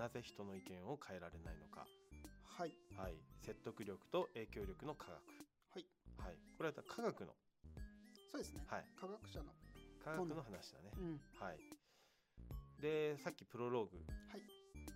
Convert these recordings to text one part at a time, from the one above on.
なぜ人の意見を変えられないのか。 はい、 はい、説得力と影響力の科学。 はい、 はい、これは科学の、 そうですね、 はい、 科学者の科学の話だね、 うん、 はい。でさっきプロローグ、 はい、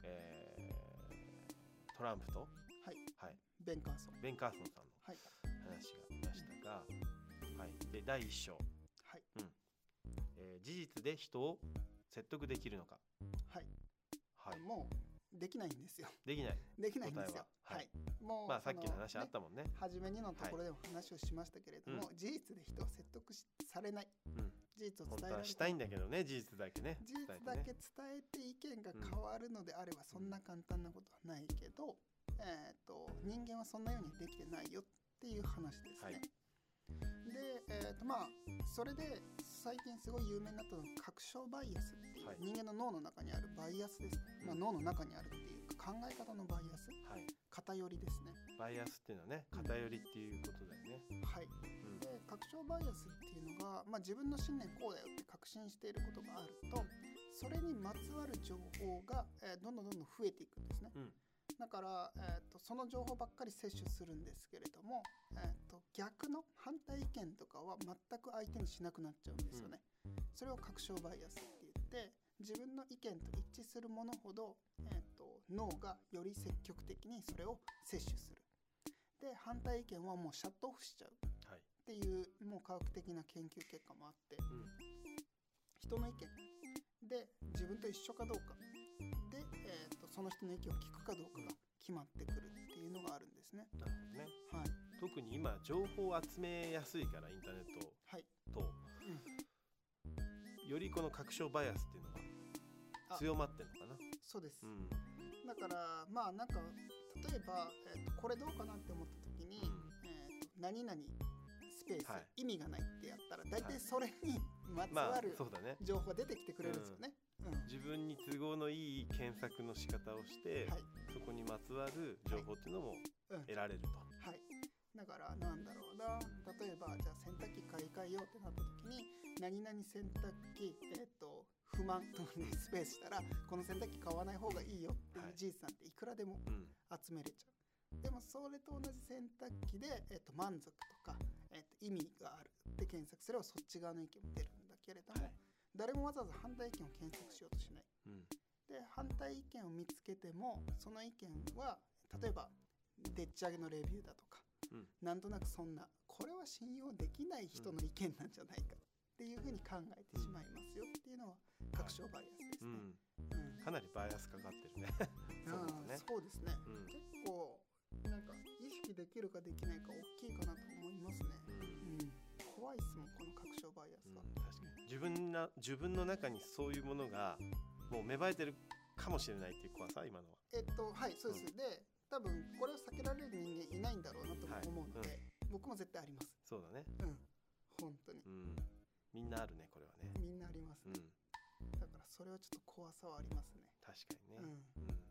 トランプと、 はい、 はい、 ベン・カーソン、 ベン・カーソンさんのはい、 話がありましたが、はい、で第1章、 はい、 事実で人を説得できるのか。 はい、 はい、 もうできないんですよ。 できない。 できないんですよ。 答えは、 はい、 もうさっきの話あったもんね。 初めにのところでも話をしましたけれども、事実で人を説得されない、事実を伝えられない。 本当はしたいんだけどね、事実だけね。 事実だけ伝えて意見が変わるのであればそんな簡単なことはないけど、人間はそんなようにできてないよっていう話ですね。で、それで最近すごい有名になったのは確証バイアスっていう、人間の脳の中にあるバイアスですね、脳の中にあるっていう考え方のバイアス、偏りですね。 バイアスっていうのはね、偏りっていうことだよね。 はい、で確証バイアスっていうのが、自分の信念こうだよって確信していることがあると、それにまつわる情報が、どんどん増えていくんですね。だから、その情報ばっかり摂取するんですけれども、逆の反対意見とかは全く相手にしなくなっちゃうんですよね。それを確証バイアスって言って、自分の意見と一致するものほど、脳がより積極的にそれを摂取する。で反対意見はもうシャットオフしちゃうっていう、もう科学的な研究結果もあって、人の意見で自分と一緒かどうかで、その人の意見を聞くかどうかが決まってくるっていうのがあるんですね。 なるほどね。 はい、 特に今情報を集めやすいから、インターネットと、よりこの確証バイアスっていうのが強まってるのかな。 そうです、だからなんか例えば、これどうかなって思った時に、何々スペース、意味がないってやったら大体それにまつわる情報が出てきてくれるんですよね。 自分に都合のいい検索の仕方をして、そこにまつわる情報っていうのも得られると。 だからなんだろうな、例えばじゃあ洗濯機買い替えようってなった時に、何々洗濯機、不満とスペースしたら、この洗濯機買わない方がいいよっていう事実なんていくらでも集めれちゃう。でもそれと同じ洗濯機で、満足とか、意味があるって検索すればそっち側の意見も出るんだけれども、誰もわざわざ反対意見を検索しようとしない。で反対意見を見つけても、その意見は例えばでっち上げのレビューだとか、なんとなくそんなこれは信用できない人の意見なんじゃないかっていうふうに考えてしまいますよっていうのは確証バイアスですね。 かなりバイアスかかってるね。 そうですね、結構なんか意識できるかできないか大きいかなと思いますね。怖いですもん、この確証バイアスは。 確かに自分の中にそういうものがもう芽生えてるかもしれないっていう怖さ、今のは。 はいそうです、で多分これを避けられる人間いないんだろうなと思うので、僕も絶対あります。 そうだね。 本当に、 みんなあるね、これはね。 みんなありますね。だからそれはちょっと怖さはありますね。 確かにね。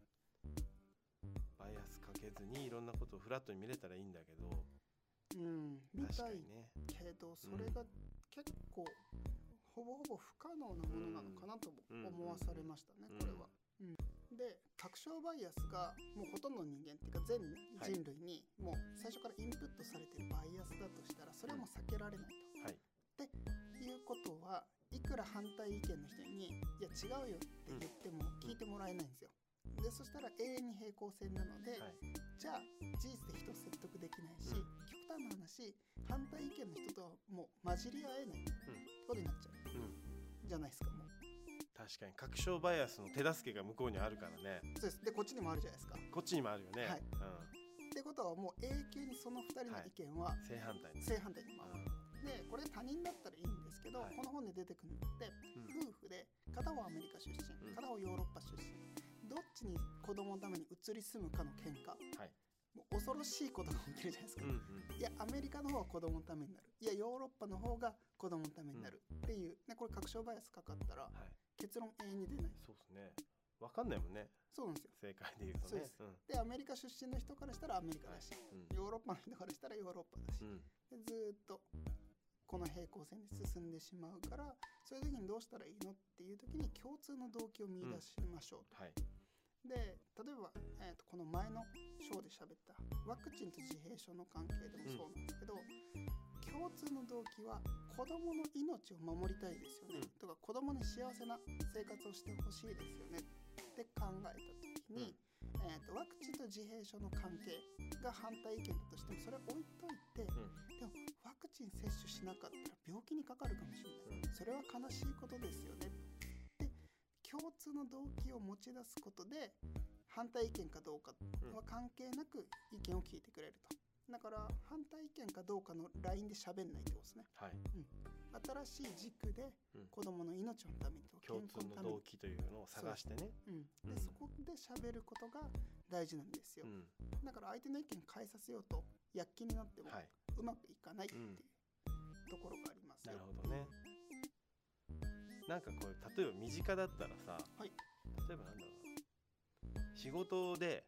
バイアスかけずにいろんなことをフラットに見れたらいいんだけど、 見たいけど、それが結構ほぼほぼ不可能なものなのかなと思わされましたね、これは。で確証バイアスがもうほとんどの人間っていうか全人類にもう最初からインプットされてるバイアスだとしたら、それはもう避けられないと。っていうことは、いくら反対意見の人にいや違うよって言っても聞いてもらえないんですよ。でそしたら永遠に平行線なので、じゃあ事実で人を説得できないし、極端な話反対意見の人とはもう混じり合えないってことになっちゃう、じゃないですか。もう確かに確証バイアスの手助けが向こうにあるからね。 そうです。でこっちにもあるじゃないですか。 こっちにもあるよね。 ってことはもう永久にその2人の意見は正反対に回る。でこれ他人だったらいいんですけど、この本で出てくるのって、夫婦で片方アメリカ出身、片方ヨーロッパ出身、どっちに子供のために移り住むかの喧嘩、もう恐ろしいことが起きるじゃないですか。いやアメリカの方は子供のためになる、いやヨーロッパの方が子供のためになるっていう、これ確証バイアスかかったら、結論永遠に出ない。 そうですね。分かんないもんね。 そうなんですよ。 正解で言うとね。 でアメリカ出身の人からしたらアメリカだし、ヨーロッパの人からしたらヨーロッパだし、でずっとこの平行線で進んでしまうから、そういう時にどうしたらいいのっていう時に共通の動機を見出しましょうと。 で例えば、この前のショーで喋ったワクチンと自閉症の関係でもそうなんですけど、共通の動機は子どもの命を守りたいですよね、とか子どもに幸せな生活をしてほしいですよねって考えた時に、ワクチンと自閉症の関係が反対意見だとしてもそれ置いといて、でもワクチン接種しなかったら病気にかかるかもしれない、それは悲しいことですよねで共通の動機を持ち出すことで反対意見かどうかは関係なく意見を聞いてくれると。だから反対意見かどうかのラインで喋んないってことですね、新しい軸で子どもの命のためにと共通の動機というのを探してね、 でそこで喋ることが大事なんですよ、だから相手の意見変えさせようと躍起になってもうまくいかないっていうところがありますよ。 なるほどね。なんかこれ例えば身近だったらさ、例えばなんだろう、仕事で、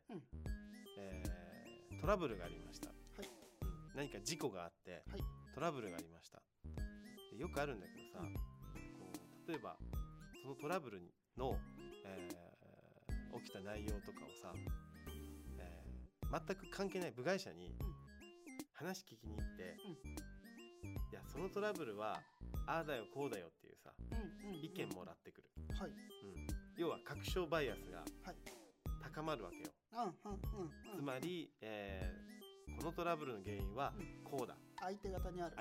トラブルがありました、何か事故があって、トラブルがありました。でよくあるんだけどさ、こう例えばそのトラブルの、起きた内容とかをさ、全く関係ない部外者に話聞きに行って、いやそのトラブルはああだよこうだよっていうさ、意見もらってくる、要は確証バイアスが高まるわけよ。つまり、このトラブルの原因はこうだ、 相手方にある、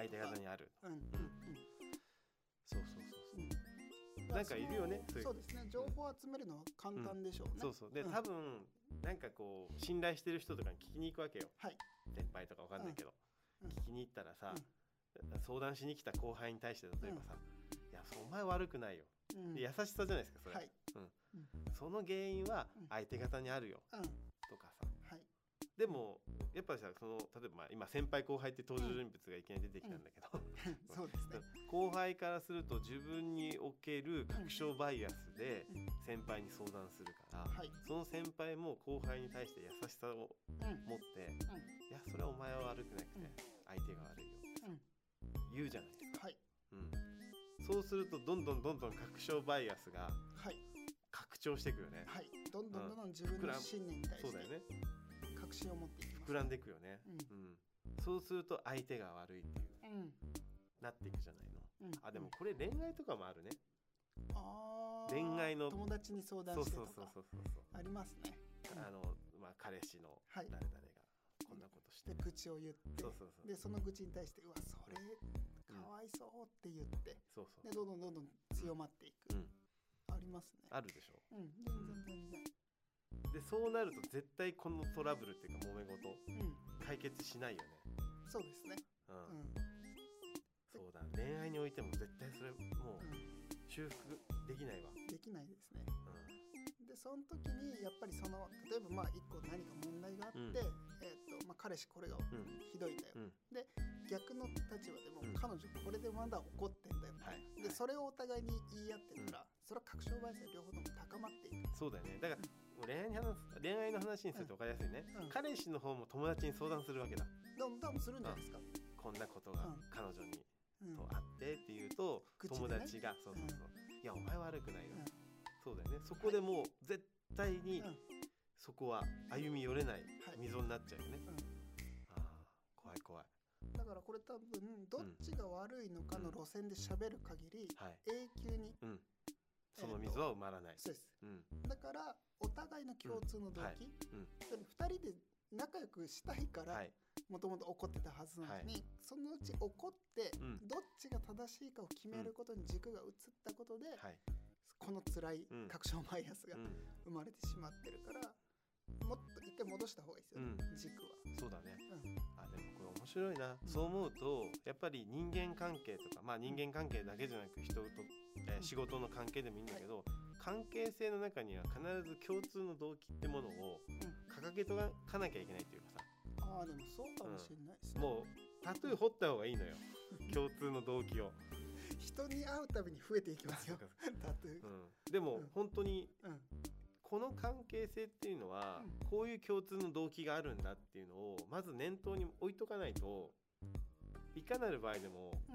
そうなんかいるよね。 そうですね、情報を集めるのは簡単でしょうね、 で多分なんかこう信頼してる人とかに聞きに行くわけよ、先輩とかわかんないけど、聞きに行ったらさ、相談しに来た後輩に対して例えばさ、いやお前悪くないよ、優しさじゃないですかそれ、その原因は相手方にあるよ、とかさ、でもやっぱりさ、その例えば今先輩後輩って登場人物がいきなり出てきたんだけど、 そうですね、 後輩からすると自分における確証バイアスで先輩に相談するから、その先輩も後輩に対して優しさを持って、いやそれはお前は悪くなくて相手が悪いよって言うじゃないですか、そうするとどんどん確証バイアスが拡張していくよね、 どんどん自分の信念に対してそうだよね、 確信を持っていきます、 膨らんでいくよね、そうすると相手が悪いっていう、なっていくじゃないの、でもこれ恋愛とかもあるね、恋愛の友達に相談してとかありますね、 彼氏の誰々がこんなことして愚痴を言って、でその愚痴に対してうわそれかわいそうって言って、でどんどん強まっていく、ありますね、 あるでしょ、 全然でそうなると絶対このトラブルっていうか揉め事、解決しないよね。 そうですね、 そうだ、恋愛においても絶対それもう修復できないわ。 できないですね、でその時にやっぱりその例えば一個何か問題があって、彼氏これがひどいんだよ、で逆の立場でも、彼女これでまだ怒ってんだよ、でそれをお互いに言い合ってたら、それは確証バイアスが両方とも高まっていく。 そうだよね、だから恋愛の話にすると分かりやすいね、彼氏の方も友達に相談するわけだ。 多分するんじゃないですか、 こんなことが彼女にとあってっていうと、友達がいやお前悪くないよ、そうだよね、そこでもう絶対にそこは歩み寄れない溝になっちゃうよね、怖い。 だからこれ多分どっちが悪いのかの路線で喋る限り、永久に、 その溝は埋まらない。 そうです、だからお互いの共通の動機、2人で仲良くしたいからもともと怒ってたはずなのに、そのうち怒って、どっちが正しいかを決めることに軸が移ったことで、この辛い確証バイアスが生まれてしまってるから、もっと一回戻した方がいいですよね、軸は。 そうだね、でもこれ面白いな、そう思うとやっぱり人間関係とか、人間関係だけじゃなく人と、仕事の関係でもいいんだけど、関係性の中には必ず共通の動機ってものを掲げとかなきゃいけないというかさ、 でもそうかもしれないですね、 もうタトゥー彫った方がいいのよ共通の動機を人に会うたびに増えていきますよタトゥー、 でも本当に、この関係性っていうのは、こういう共通の動機があるんだっていうのをまず念頭に置いとかないと、いかなる場合でも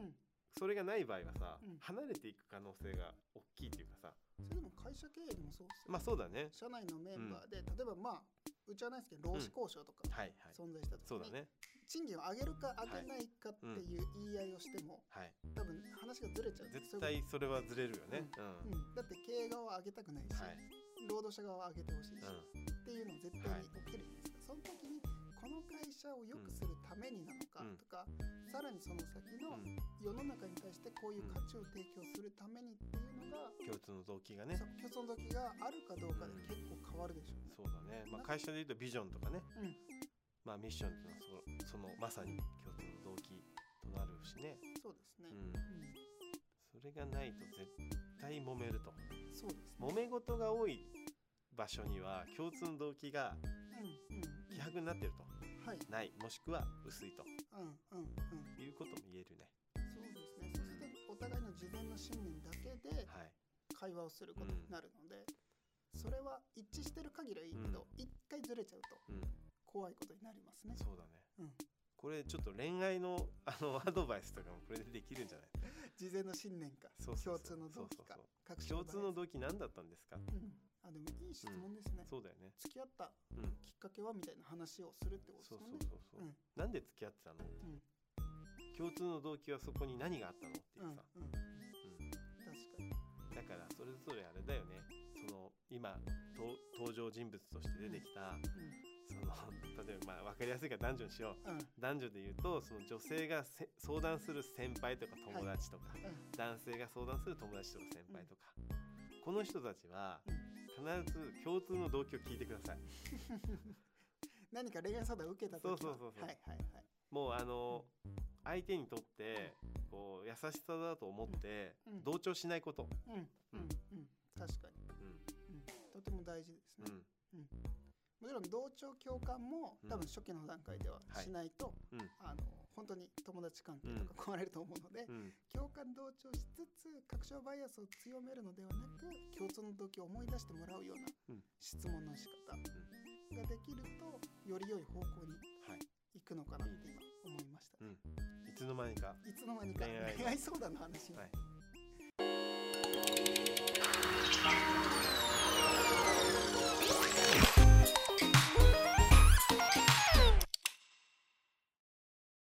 それがない場合はさ、離れていく可能性が大きいっていうかさ。 それでも会社経営でもそうですよ。 まあそうだね。 社内のメンバーで、例えばまあうちはないですけど労使交渉とか存在した時に、 そうだね。 賃金を上げるか上げないかっていう言い合いをしても、多分話がずれちゃう。 絶対それはずれるよね。 だって経営側は上げたくないし、労働者側は上げてほしいし、っていうのは絶対に起きるじゃないですか。その時にこの会社を良くするためになのかとか、さらにその先の世の中に対してこういう価値を提供するためにっていうのが、 共通の動機がね、 共通の動機があるかどうかで結構変わるでしょうね。 そうだね。まあ会社でいうとビジョンとかね、まあミッションっていうのはそのまさに共通の動機となるしね。 そうですね。 それがないと絶対揉めると。 そうですね。 揉め事が多い場所には共通の動機が希薄になってると、ない、もしくは薄いと、いうことも言えるね。 そうですね。そしてお互いの事前の信念だけで会話をすることになるので、それは一致してる限りはいいけど、一回ずれちゃうと怖いことになりますね。 そうだね。これちょっと恋愛のアドバイスとかもこれでできるんじゃない？ 事前の信念か、共通の動機か、 共通の動機何だったんですか？ でもいい質問ですね。 そうだよね。 付き合ったきっかけはみたいな話をするってことですもんね。 なんで付き合ってたの？共通の動機はそこに何があったのっていうさ。 確かに。 だからそれぞれあれだよね。その今登場人物として出てきた、その例えばまあ分かりやすいから男女にしよう。男女で言うとその女性が相談する先輩とか友達とか、男性が相談する友達とか先輩とか、この人たちは必ず共通の動機を聞いてください。 何か恋愛相談を受けた時は、 もう相手にとってこう優しさだと思って同調しないこと。 確かに、とても大事ですね。もちろん同調共感も多分初期の段階ではしないと、本当に友達関係とか壊れると思うので、共感同調しつつ確証バイアスを強めるのではなく、共通の動機を思い出してもらうような質問の仕方ができると、より良い方向に行くのかなって今思いましたね。 いつの間にか恋愛相談の話に。